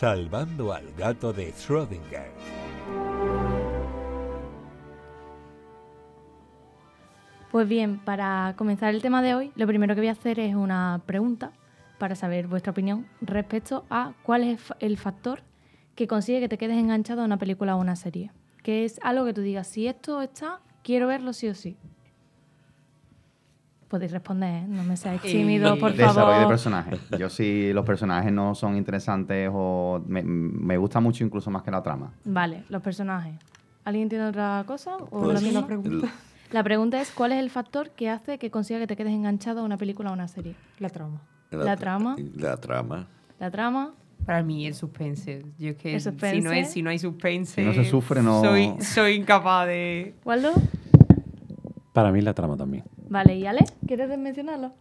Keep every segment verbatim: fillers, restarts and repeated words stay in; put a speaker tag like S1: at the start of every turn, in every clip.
S1: Salvando al gato de Schrödinger.
S2: Pues bien, para comenzar el tema de hoy, lo primero que voy a hacer es una pregunta para saber vuestra opinión respecto a cuál es el factor que consigue que te quedes enganchado a una película o una serie. Que es algo que tú digas, si esto está, quiero verlo sí o sí. Podéis responder, ¿eh? No me seáis tímidos, por favor.
S3: Desarrollo de personajes. Yo si los personajes no son interesantes o me, me gusta mucho incluso más que la trama.
S2: Vale, los personajes. ¿Alguien tiene otra cosa? ¿O
S4: Pues,
S2: la misma
S4: la pregunta.
S2: La pregunta es, ¿cuál es el factor que hace que consiga que te quedes enganchado a una película o una serie?
S4: La trama.
S2: La trama.
S4: La trama.
S2: La trama.
S5: Para mí el suspense. Yo es que
S2: El suspense.
S5: Si, no es, si no hay suspense...
S3: Si no se sufre, no...
S5: Soy, soy incapaz de...
S2: ¿Waldo?
S6: Para mí la trama también.
S2: Vale, ¿y Ale? ¿Quieres mencionarlo?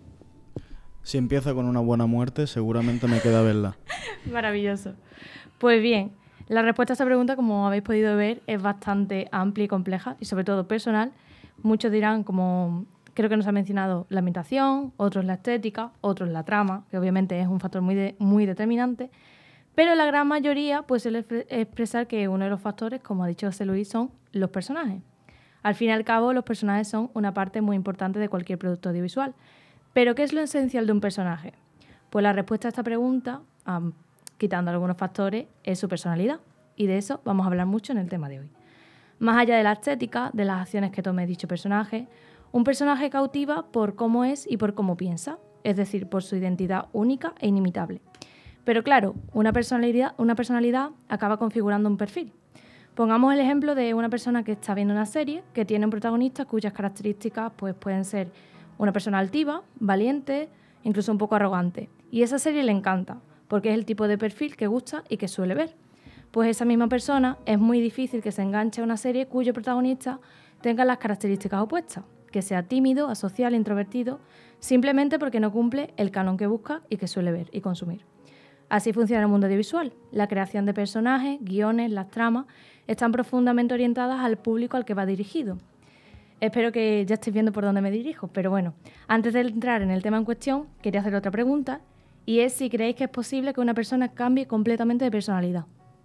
S7: Si empieza con una buena muerte, seguramente me queda verla.
S2: Maravilloso. Pues bien, la respuesta a esta pregunta, como habéis podido ver, es bastante amplia y compleja y sobre todo personal. Muchos dirán, como creo que nos ha mencionado, la ambientación, otros la estética, otros la trama, que obviamente es un factor muy, de, muy determinante, pero la gran mayoría pues suele expresar que uno de los factores, como ha dicho José Luis, son los personajes. Al fin y al cabo, los personajes son una parte muy importante de cualquier producto audiovisual. ¿Pero qué es lo esencial de un personaje? Pues la respuesta a esta pregunta, um, quitando algunos factores, es su personalidad. Y de eso vamos a hablar mucho en el tema de hoy. Más allá de la estética, de las acciones que tome dicho personaje, un personaje cautiva por cómo es y por cómo piensa, es decir, por su identidad única e inimitable. Pero claro, una personalidad, una personalidad acaba configurando un perfil. Pongamos el ejemplo de una persona que está viendo una serie que tiene un protagonista cuyas características pues, pueden ser una persona altiva, valiente, incluso un poco arrogante. Y esa serie le encanta, porque es el tipo de perfil que gusta y que suele ver. Pues esa misma persona es muy difícil que se enganche a una serie cuyo protagonista tenga las características opuestas, que sea tímido, asocial, introvertido, simplemente porque no cumple el canon que busca y que suele ver y consumir. Así funciona el mundo audiovisual. La creación de personajes, guiones, las tramas están profundamente orientadas al público al que va dirigido. Espero que ya estéis viendo por dónde me dirijo, pero bueno, antes de entrar en el tema en cuestión, quería hacer otra pregunta, y es si creéis que es posible que una persona cambie completamente de personalidad.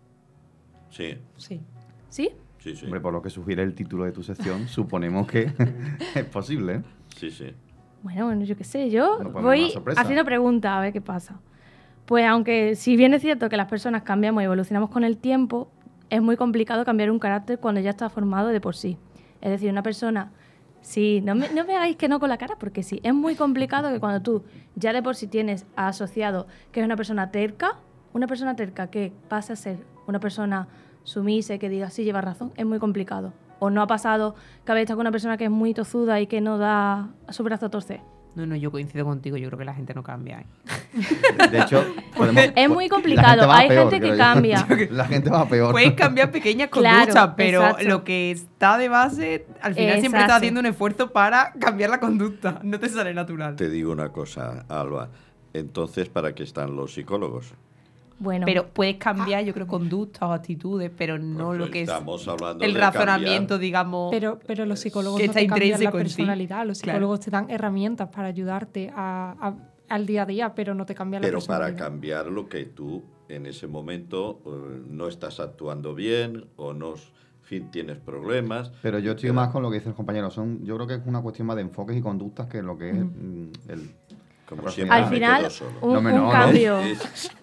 S4: Sí.
S5: Sí.
S2: ¿Sí?
S4: Sí, sí.
S3: Hombre, por lo que sugiere el título de tu sección, suponemos que es posible, ¿eh?
S4: Sí, sí.
S2: Bueno, bueno, yo qué sé, yo
S3: No ponemos
S2: voy
S3: una sorpresa.
S2: haciendo preguntas a ver qué pasa. Pues aunque si bien es cierto que las personas cambiamos y evolucionamos con el tiempo, es muy complicado cambiar un carácter cuando ya está formado de por sí. Es decir, una persona... Sí, no me, no me hagáis que no con la cara, porque sí, es muy complicado que cuando tú ya de por sí tienes asociado que es una persona terca, una persona terca que pasa a ser una persona sumisa y que diga sí, lleva razón, es muy complicado. O no ha pasado que habéis estado con una persona que es muy tozuda y que no da su brazo a torcer.
S5: No, no, yo coincido contigo. Yo creo que la gente no cambia, ¿eh?
S3: De hecho, podemos,
S2: Es muy
S3: la
S2: complicado.
S3: gente va a
S2: Hay
S3: peor,
S2: gente que
S3: creo yo.
S2: cambia.
S3: La gente va a peor.
S5: Puedes cambiar pequeñas
S2: Claro,
S5: conductas, pero
S2: exacto.
S5: lo que está de base, al final siempre
S2: Exacto.
S5: estás haciendo un esfuerzo para cambiar la conducta. No te sale natural.
S4: Te digo una cosa, Alba. Entonces, ¿para qué están los psicólogos?
S2: Bueno,
S5: Pero puedes cambiar, yo creo, conductas o actitudes, pero no
S4: Pues
S5: lo que es
S4: estamos hablando
S5: el
S4: de
S5: razonamiento,
S4: cambiar.
S5: digamos.
S8: Pero, pero los psicólogos
S5: Que
S8: no
S5: está
S8: te cambian la
S5: intrínseco en sí.
S8: personalidad. Los
S5: Claro.
S8: psicólogos te dan herramientas para ayudarte a, a- al día a día, pero no te cambian la
S4: Pero para
S8: personalidad.
S4: cambiar lo que tú en ese momento eh, no estás actuando bien o no, en fin, tienes problemas.
S3: Pero yo estoy
S4: Queda-
S3: más con lo que dice el compañero. Son, yo creo que es una cuestión más de enfoques y conductas que lo que es mm, el...
S4: Como
S3: Al
S4: siempre
S2: al
S4: me
S2: final,
S4: quedo solo.
S2: un,
S3: No me-
S2: un
S3: no, no.
S2: cambio...
S4: Es-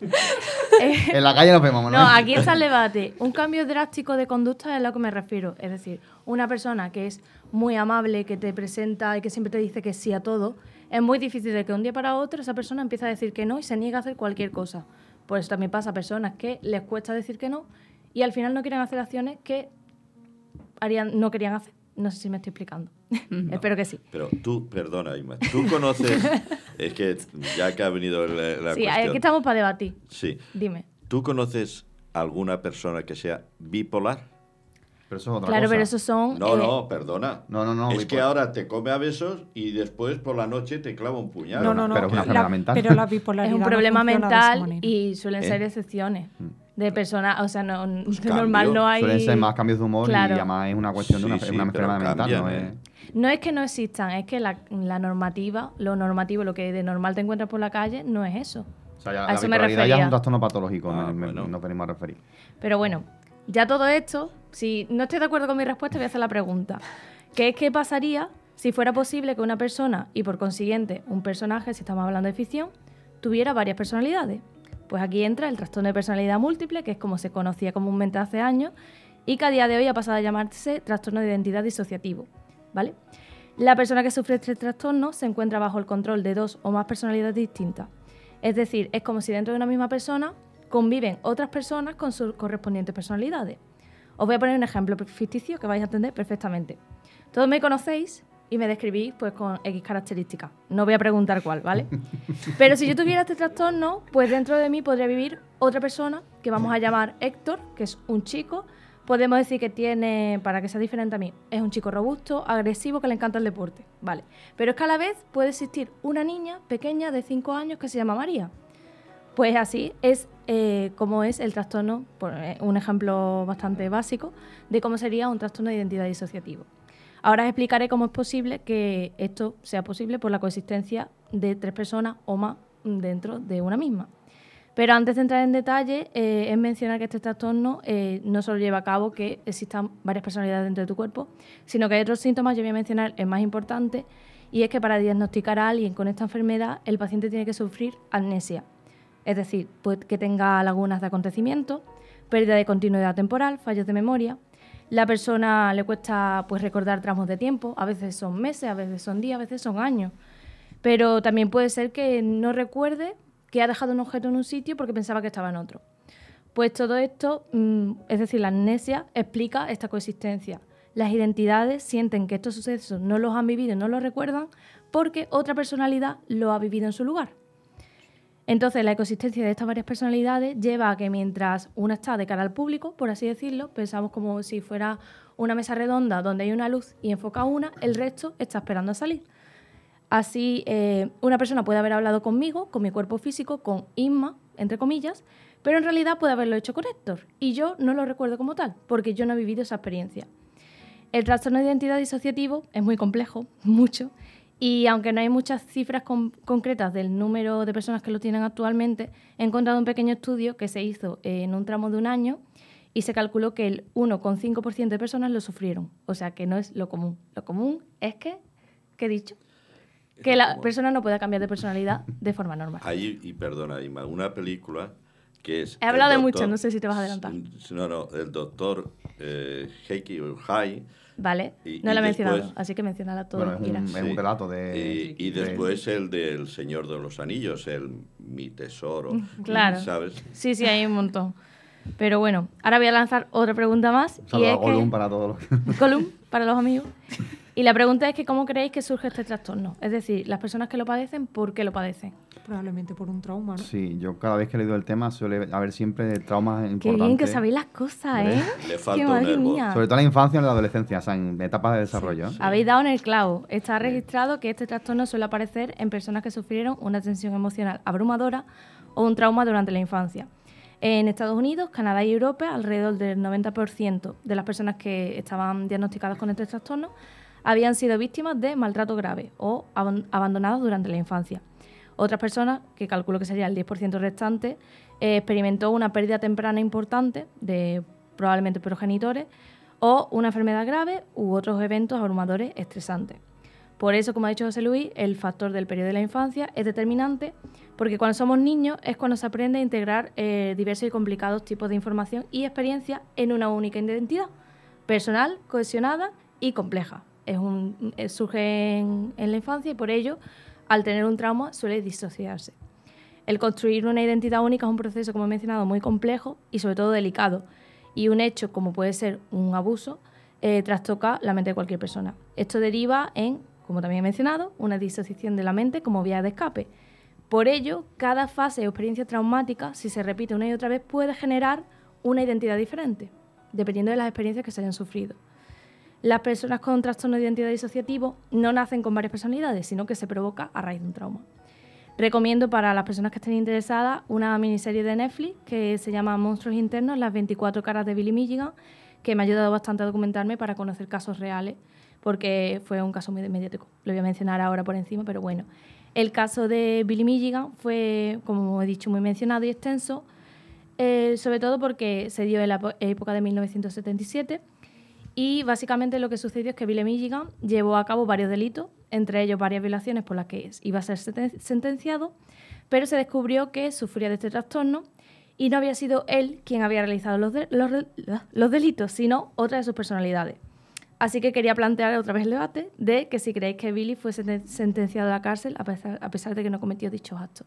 S3: En la calle nos vemos, ¿no?
S2: No, aquí está el debate. Un cambio drástico de conducta es a lo que me refiero. Es decir, una persona que es muy amable, que te presenta y que siempre te dice que sí a todo, es muy difícil de que un día para otro esa persona empiece a decir que no y se niega a hacer cualquier cosa. Por eso también pasa a personas que les cuesta decir que no y al final no quieren hacer acciones que harían, no querían hacer. No sé si me estoy explicando. Espero que sí.
S4: Pero tú, perdona, Ima, tú conoces, es que ya que ha venido la, la
S2: Sí,
S4: cuestión.
S2: aquí estamos para debatir.
S4: Sí.
S2: Dime.
S4: ¿Tú conoces alguna persona que sea bipolar?
S3: Pero eso es otra
S2: Claro,
S3: cosa.
S2: pero esos son...
S4: No,
S2: eh,
S4: no, perdona.
S3: No, no, no,
S4: Es
S3: bipolar.
S4: que ahora te come a besos y después por la noche te clava un puñal.
S8: No, no, no.
S3: Pero es una
S8: la-
S3: enfermedad mental.
S8: Pero la bipolaridad
S2: Es un
S8: no
S2: problema
S8: funciona de esa
S2: mental
S8: manera.
S2: y suelen
S4: ¿Eh?
S2: ser excepciones de personas, o sea, no, de normal
S4: cambios.
S2: no hay...
S3: Suelen ser más cambios de humor
S2: Claro.
S3: y además es una cuestión de una,
S4: Sí,
S3: es
S4: sí,
S3: una
S4: pero
S3: enfermedad mental,
S4: cambian,
S3: no
S4: ¿eh?
S3: es...
S2: No es que no existan, es que la, la normativa, lo normativo, lo que de normal te encuentras por la calle, no es eso.
S3: O sea, ya
S2: A
S3: la
S2: eso me
S3: bipolaridad ya es
S2: refería.
S3: un trastorno patológico,
S4: Ah,
S3: me- me-
S4: bueno.
S3: nos venimos a referir.
S2: Pero bueno, ya todo esto, si no estoy de acuerdo con mi respuesta, voy a hacer la pregunta. ¿Qué es qué pasaría si fuera posible que una persona, y por consiguiente un personaje, si estamos hablando de ficción, tuviera varias personalidades? Pues aquí entra el trastorno de personalidad múltiple, que es como se conocía comúnmente hace años, y que a día de hoy ha pasado a llamarse trastorno de identidad disociativo, ¿vale? La persona que sufre este trastorno se encuentra bajo el control de dos o más personalidades distintas. Es decir, es como si dentro de una misma persona conviven otras personas con sus correspondientes personalidades. Os voy a poner un ejemplo ficticio que vais a entender perfectamente. Todos me conocéis y me describís pues, con X características. No voy a preguntar cuál, ¿vale? Pero si yo tuviera este trastorno, pues dentro de mí podría vivir otra persona que vamos a llamar Héctor, que es un chico. Podemos decir que tiene, para que sea diferente a mí, es un chico robusto, agresivo, que le encanta el deporte, ¿vale? Pero es que a la vez puede existir una niña pequeña de cinco años que se llama María. Pues así es eh, como es el trastorno, por, eh, un ejemplo bastante básico de cómo sería un trastorno de identidad disociativo. Ahora os explicaré cómo es posible que esto sea posible por la coexistencia de tres personas o más dentro de una misma. Pero antes de entrar en detalle, eh, es mencionar que este trastorno eh, no solo lleva a cabo que existan varias personalidades dentro de tu cuerpo, sino que hay otros síntomas. Yo voy a mencionar el más importante, y es que para diagnosticar a alguien con esta enfermedad, el paciente tiene que sufrir amnesia. Es decir, pues, que tenga lagunas de acontecimiento, pérdida de continuidad temporal, fallos de memoria. La persona le cuesta pues, recordar tramos de tiempo, a veces son meses, a veces son días, a veces son años. Pero también puede ser que no recuerde que ha dejado un objeto en un sitio porque pensaba que estaba en otro. Pues todo esto, mmm, es decir, la amnesia explica esta coexistencia. Las identidades sienten que estos sucesos no los han vivido y no los recuerdan porque otra personalidad lo ha vivido en su lugar. Entonces, la coexistencia de estas varias personalidades lleva a que mientras una está de cara al público, por así decirlo, pensamos como si fuera una mesa redonda donde hay una luz y enfoca una, el resto está esperando a salir. Así, eh, una persona puede haber hablado conmigo, con mi cuerpo físico, con Inma, entre comillas, pero en realidad puede haberlo hecho con Héctor, y yo no lo recuerdo como tal, porque yo no he vivido esa experiencia. El trastorno de identidad disociativo es muy complejo, mucho, y aunque no hay muchas cifras con- concretas del número de personas que lo tienen actualmente, he encontrado un pequeño estudio que se hizo en un tramo de un año y se calculó que el uno coma cinco por ciento de personas lo sufrieron, o sea que no es lo común. Lo común es que, ¿qué he dicho? Que la
S4: Como-
S2: persona no pueda cambiar de personalidad de forma normal.
S4: Hay, y perdona, Ima, una película que es...
S2: He
S4: el
S2: hablado de
S4: doctor-
S2: mucho, no sé si te vas a adelantar.
S4: No, no, el doctor eh, Jekyll Hyde.
S2: ¿Vale?
S4: Y-
S2: no
S4: y
S2: lo he mencionado,
S4: después-
S2: así que mencionala todo
S3: Bueno,
S2: lo
S3: es
S2: que
S3: un,
S2: quieras.
S3: es un
S4: Sí.
S3: relato de...
S4: Y, y
S3: de-
S4: después el del Señor de los Anillos, el Mi Tesoro.
S2: Claro.
S4: ¿Sabes?
S2: Sí, sí, hay un montón. Pero bueno, ahora voy a lanzar otra pregunta más.
S3: Un
S2: y
S3: saludo
S2: es
S3: a Gollum
S2: que...
S3: para todos los...
S2: Gollum, para los amigos. Y la pregunta es que ¿cómo creéis que surge este trastorno? Es decir, las personas que lo padecen, ¿por qué lo padecen?
S8: Probablemente por un trauma, ¿no?
S3: Sí, yo cada vez que he leído el tema suele haber siempre traumas
S2: Qué
S3: importantes.
S2: bien que sabéis las cosas, ¿eh?
S4: Le falta
S2: Qué
S4: un
S2: madre
S4: hervor.
S2: mía.
S3: Sobre todo en la infancia y en la adolescencia, o sea, en etapas de desarrollo. ¿eh?
S2: Habéis dado en el clavo. Está registrado que este trastorno suele aparecer en personas que sufrieron una tensión emocional abrumadora o un trauma durante la infancia. En Estados Unidos, Canadá y Europa, alrededor del noventa por ciento de las personas que estaban diagnosticadas con este trastorno habían sido víctimas de maltrato grave o aban- abandonadas durante la infancia. Otras personas, que calculo que sería el diez por ciento restante, eh, experimentó una pérdida temprana importante de probablemente progenitores o una enfermedad grave u otros eventos abrumadores estresantes. Por eso, como ha dicho José Luis, el factor del periodo de la infancia es determinante porque cuando somos niños es cuando se aprende a integrar eh, diversos y complicados tipos de información y experiencias en una única identidad, personal, cohesionada y compleja. Es un, eh, surge en, en la infancia y por ello, al tener un trauma, suele disociarse. El construir una identidad única es un proceso, como he mencionado, muy complejo y sobre todo delicado. Y un hecho, como puede ser un abuso, eh, trastoca la mente de cualquier persona. Esto deriva en, como también he mencionado, una disociación de la mente como vía de escape. Por ello, cada fase o experiencia traumática, si se repite una y otra vez, puede generar una identidad diferente, dependiendo de las experiencias que se hayan sufrido. Las personas con trastorno de identidad disociativo no nacen con varias personalidades, sino que se provoca a raíz de un trauma. Recomiendo para las personas que estén interesadas una miniserie de Netflix que se llama Monstruos Internos, las veinticuatro caras de Billy Milligan, que me ha ayudado bastante a documentarme para conocer casos reales, porque fue un caso muy mediático. Lo voy a mencionar ahora por encima, pero bueno. El caso de Billy Milligan fue, como he dicho, muy mencionado y extenso, eh, sobre todo porque se dio en la época de mil novecientos setenta y siete y básicamente lo que sucedió es que Billy Milligan llevó a cabo varios delitos, entre ellos varias violaciones por las que iba a ser sentenciado, pero se descubrió que sufría de este trastorno y no había sido él quien había realizado los, de, los, los delitos, sino otra de sus personalidades. Así que quería plantear otra vez el debate de que si creéis que Billy fue sentenciado a la cárcel a pesar, a pesar de que no cometió dichos actos.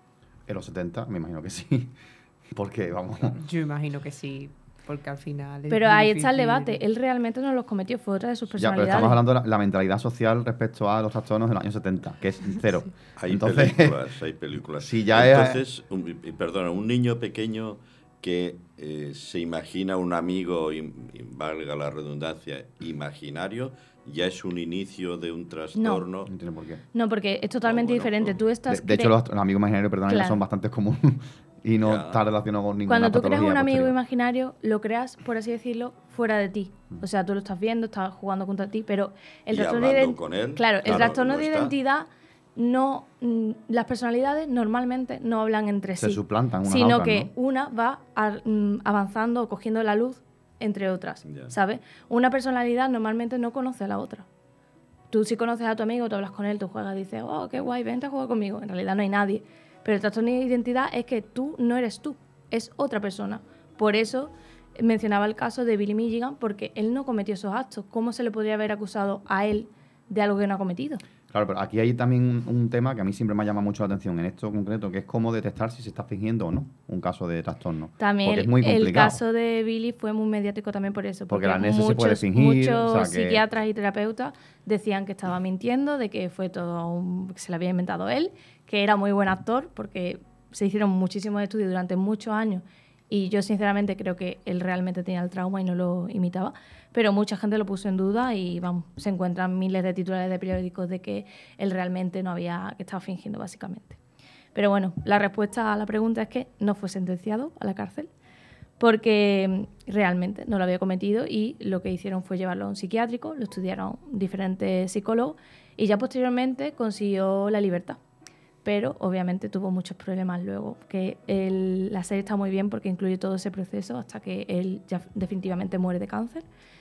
S3: En los setenta, me imagino que sí. Porque, vamos...
S5: Yo imagino que sí, porque al final... es
S2: Pero
S5: muy
S2: ahí está el
S5: difícil.
S2: debate. Él realmente no los cometió, fue otra de sus
S3: Ya, pero
S2: personalidades.
S3: estamos hablando de la, la mentalidad social respecto a los trastornos de los años setenta, que es cero.
S4: Hay
S3: Entonces,
S4: películas, hay películas.
S3: si ya es-
S4: Entonces, un, y perdona, un niño pequeño que eh, se imagina un amigo, y, y valga la redundancia, imaginario, ya es un inicio de un trastorno.
S3: No tiene por qué.
S2: No, porque es totalmente
S4: No, bueno,
S2: diferente.
S4: no.
S2: Tú estás
S3: De, de hecho,
S2: cre-
S3: los, los amigos imaginarios, perdón, ya
S2: Claro.
S3: son bastante comunes y no
S4: Ya.
S3: está relacionado con ninguna
S2: Cuando tú creas
S3: patología
S2: un amigo
S3: posterior.
S2: imaginario, lo creas, por así decirlo, fuera de ti. O sea, tú lo estás viendo, estás jugando contra ti, pero el
S4: Y
S2: trastorno de
S4: hablando
S2: ident-
S4: con él,
S2: Claro, el
S4: claro,
S2: trastorno
S4: no
S2: de
S4: está.
S2: identidad no mm, las personalidades normalmente no hablan entre
S3: Se
S2: sí,
S3: suplantan unas a
S2: sino
S3: otras,
S2: que
S3: ¿no?
S2: una va a- mm, avanzando o cogiendo la luz entre otras,
S4: Ya.
S2: ¿sabes? Una personalidad normalmente no conoce a la otra. Tú si conoces a tu amigo, tú hablas con él, tú juegas, dices, oh, qué guay, vente a jugar conmigo. En realidad no hay nadie. Pero el trastorno de identidad es que tú no eres tú, es otra persona. Por eso mencionaba el caso de Billy Milligan, porque él no cometió esos actos. ¿Cómo se le podría haber acusado a él de algo que no ha cometido?
S3: Claro, pero aquí hay también un, un tema que a mí siempre me llama mucho la atención en esto concreto, que es cómo detectar si se está fingiendo o no un caso de trastorno.
S2: También
S3: Porque es
S2: el,
S3: muy
S2: el
S3: complicado.
S2: caso de Billy fue muy mediático también por eso.
S3: Porque
S2: Porque,
S3: la N S se puede
S2: muchos,
S3: fingir,
S2: muchos
S3: o sea que-
S2: psiquiatras y terapeutas decían que estaba mintiendo, de que fue todo un- que se lo había inventado él, que era muy buen actor, porque se hicieron muchísimos estudios durante muchos años y yo sinceramente creo que él realmente tenía el trauma y no lo imitaba, pero mucha gente lo puso en duda y vamos, se encuentran miles de titulares de periódicos de que él realmente no había, que estaba fingiendo básicamente. Pero bueno, la respuesta a la pregunta es que no fue sentenciado a la cárcel porque mm, realmente no lo había cometido y lo que hicieron fue llevarlo a un psiquiátrico, lo estudiaron diferentes psicólogos y ya posteriormente consiguió la libertad. Pero obviamente tuvo muchos problemas luego, que el- la serie está muy bien porque incluye todo ese proceso hasta que él ya definitivamente muere de cáncer.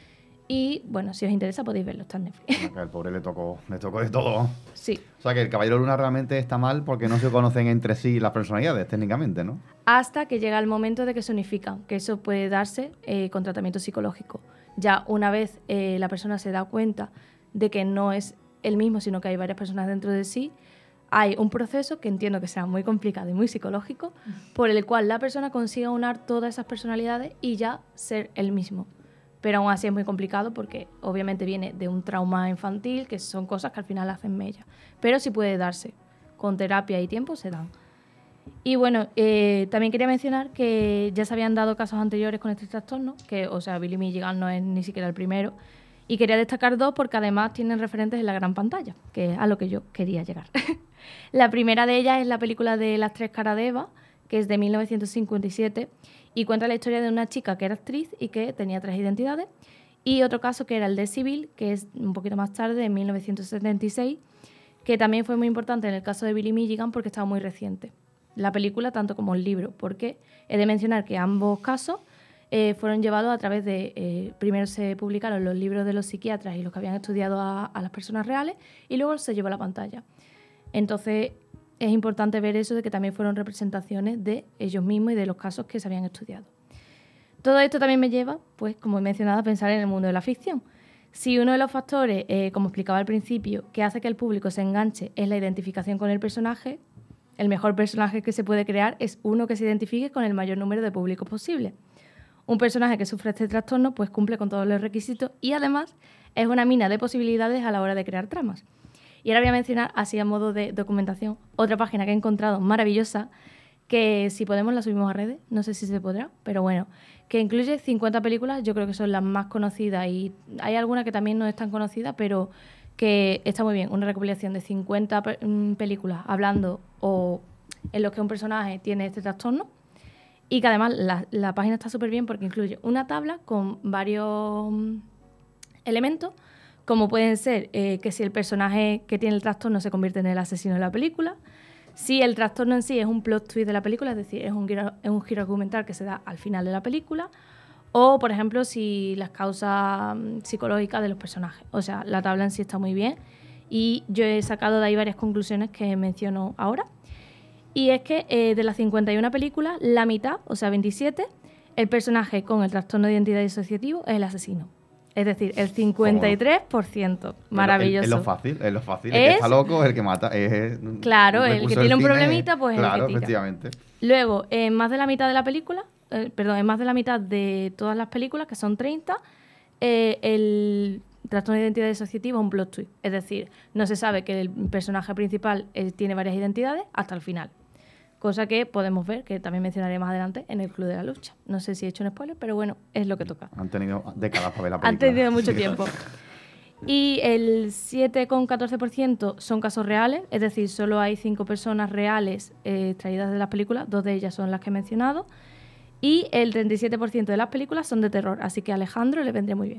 S2: Y bueno, si os interesa podéis verlo, está en Netflix.
S3: Bueno, que al pobre le tocó, le tocó de todo.
S2: Sí.
S3: O sea que el Caballero Luna realmente está mal porque no se conocen entre sí las personalidades, técnicamente, ¿no?
S2: Hasta que llega el momento de que se unifican, que eso puede darse eh, con tratamiento psicológico. Ya una vez eh, la persona se da cuenta de que no es el mismo, sino que hay varias personas dentro de sí, hay un proceso que entiendo que será muy complicado y muy psicológico, por el cual la persona consiga unar todas esas personalidades y ya ser el mismo. Pero aún así es muy complicado porque obviamente viene de un trauma infantil, que son cosas que al final hacen mella. Pero sí puede darse. Con terapia y tiempo se dan. Y bueno, eh, también quería mencionar que ya se habían dado casos anteriores con este trastorno, que, o sea, Billy Milligan no es ni siquiera el primero. Y quería destacar dos porque además tienen referentes en la gran pantalla, que es a lo que yo quería llegar. La primera de ellas es la película de Las tres caras de Eva, que es de mil novecientos cincuenta y siete y cuenta la historia de una chica que era actriz y que tenía tres identidades. Y otro caso que era el de Sibyl, que es un poquito más tarde, en mil novecientos setenta y seis, que también fue muy importante en el caso de Billy Milligan porque estaba muy reciente. La película tanto como el libro, porque he de mencionar que ambos casos eh, fueron llevados a través de... Eh, primero se publicaron los libros de los psiquiatras y los que habían estudiado a, a las personas reales y luego se llevó a la pantalla. Entonces es importante ver eso de que también fueron representaciones de ellos mismos y de los casos que se habían estudiado. Todo esto también me lleva, pues como he mencionado, a pensar en el mundo de la ficción. Si uno de los factores, eh, como explicaba al principio, que hace que el público se enganche es la identificación con el personaje, el mejor personaje que se puede crear es uno que se identifique con el mayor número de públicos posible. Un personaje que sufre este trastorno pues cumple con todos los requisitos y además es una mina de posibilidades a la hora de crear tramas. Y ahora voy a mencionar, así a modo de documentación, otra página que he encontrado maravillosa, que si podemos la subimos a redes, no sé si se podrá, pero bueno, que incluye cincuenta películas, yo creo que son las más conocidas y hay alguna que también no es tan conocida, pero que está muy bien, una recopilación de cincuenta pe- mm, películas hablando o en los que un personaje tiene este trastorno y que además la, la página está súper bien porque incluye una tabla con varios mm, elementos como pueden ser eh, que si el personaje que tiene el trastorno se convierte en el asesino de la película, si el trastorno en sí es un plot twist de la película, es decir, es un giro, es un giro argumental que se da al final de la película, o, por ejemplo, si las causas mm, psicológicas de los personajes. O sea, la tabla en sí está muy bien y yo he sacado de ahí varias conclusiones que menciono ahora. Y es que eh, de las cincuenta y una películas, la mitad, o sea, veintisiete, el personaje con el trastorno de identidad disociativo es el asesino. Es decir, el cincuenta y tres por ciento. Maravilloso.
S3: Es lo fácil, es lo fácil. El que
S2: Es-
S3: está loco es el que mata. Es,
S2: Claro,
S3: un
S2: el
S3: recurso
S2: que
S3: del
S2: tiene un
S3: cine,
S2: problemita, pues es el que
S3: claro,
S2: tira.
S3: efectivamente.
S2: Luego, en más de la mitad de la película, eh, perdón, en más de la mitad de todas las películas, que son treinta, eh, el trastorno de identidad disociativo es un plot twist. Es decir, no se sabe que el personaje principal eh, tiene varias identidades hasta el final. Cosa que podemos ver, que también mencionaré más adelante, en el Club de la Lucha. No sé si he hecho un spoiler, pero bueno, es lo que toca.
S3: Han tenido décadas para ver la película.
S2: Han tenido mucho tiempo. Y el siete coma catorce por ciento son casos reales, es decir, solo hay cinco personas reales eh, extraídas de las películas, dos de ellas son las que he mencionado, y el treinta y siete por ciento de las películas son de terror, así que a Alejandro le vendría muy bien,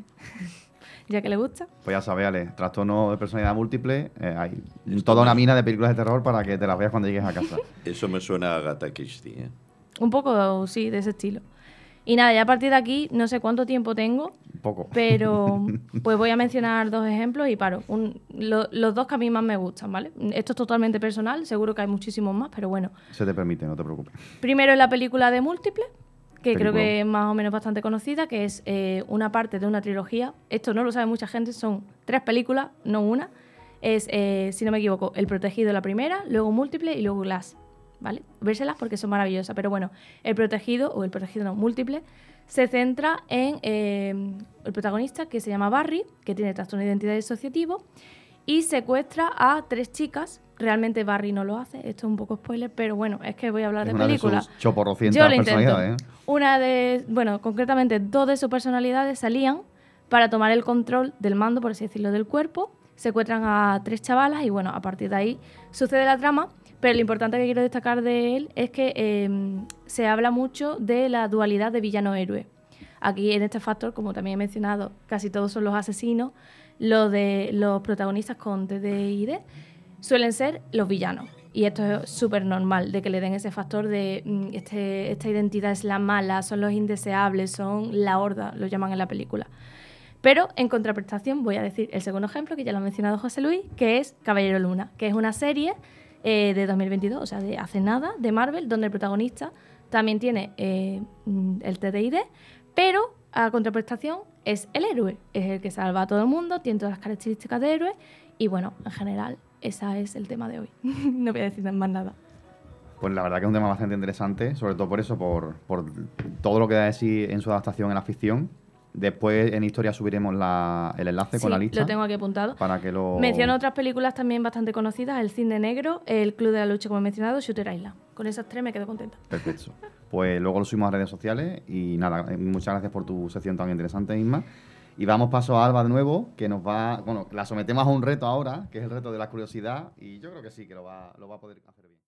S2: ya que le gusta.
S3: Pues ya sabes, Ale, trastorno de personalidad múltiple, eh, hay
S4: Esto
S3: toda una
S4: me-
S3: mina de películas de terror para que te las veas cuando llegues a casa.
S4: Eso me suena a Agatha Christie, ¿eh?
S2: Un poco, sí, de ese estilo. Y nada, ya a partir de aquí, no sé cuánto tiempo tengo,
S3: Un poco.
S2: pero pues voy a mencionar dos ejemplos y paro. Un- lo- los dos que a mí más me gustan, ¿vale? Esto es totalmente personal, seguro que hay muchísimos más, pero bueno.
S3: Se te permite, no te preocupes.
S2: Primero es la película de Múltiple, que creo
S3: Película.
S2: que es más o menos bastante conocida, que es eh, una parte de una trilogía. Esto no lo sabe mucha gente, son tres películas, no una. Es, eh, si no me equivoco, El Protegido la primera, luego Múltiple y luego Glass, ¿vale? Vérselas porque son maravillosas, pero bueno, El Protegido, o El Protegido no, Múltiple, se centra en eh, el protagonista, que se llama Barry, que tiene trastorno de identidad disociativo, y secuestra a tres chicas. Realmente Barry no lo hace, esto es un poco spoiler, pero bueno, es que voy a hablar
S3: Es
S2: de
S3: una
S2: película.
S3: de sus choporrocientas
S2: Yo lo intento.
S3: personalidades, ¿eh?
S2: Una de, bueno, concretamente dos de sus personalidades salían para tomar el control del mando, por así decirlo, del cuerpo. Secuestran a tres chavalas y bueno, a partir de ahí sucede la trama. Pero lo importante que quiero destacar de él es que eh, se habla mucho de la dualidad de villano-héroe. Aquí en este factor, como también he mencionado, casi todos son los asesinos. Los de los protagonistas con T D I D suelen ser los villanos. Y esto es súper normal, de que le den ese factor de mm, este, esta identidad es la mala, son los indeseables, son la horda, lo llaman en la película. Pero en contraprestación voy a decir el segundo ejemplo, que ya lo ha mencionado José Luis, que es Caballero Luna, que es una serie eh, de dos mil veintidós, o sea, de hace nada, de Marvel, donde el protagonista también tiene eh, mm, el T D I D, pero a contraprestación es el héroe, es el que salva a todo el mundo, tiene todas las características de héroe y bueno, en general, ese es el tema de hoy. No voy a decir más nada.
S3: Pues la verdad que es un tema bastante interesante, sobre todo por eso, por, por todo lo que da de sí en su adaptación en la ficción. Después en historia subiremos la- el enlace
S2: Sí,
S3: con la lista.
S2: lo tengo aquí apuntado.
S3: Para que lo...
S2: Menciono otras películas también bastante conocidas, El Cine Negro, El Club de la Lucha, como he mencionado, Shooter Island. Con esas tres me quedo contenta.
S3: Perfecto. Pues luego lo subimos a redes sociales y nada, eh, muchas gracias por tu sección tan interesante, Isma. Y vamos paso a Alba de nuevo, que nos va, bueno, la sometemos a un reto ahora, que es el reto de la curiosidad y yo creo que sí, que lo va, lo va a poder hacer.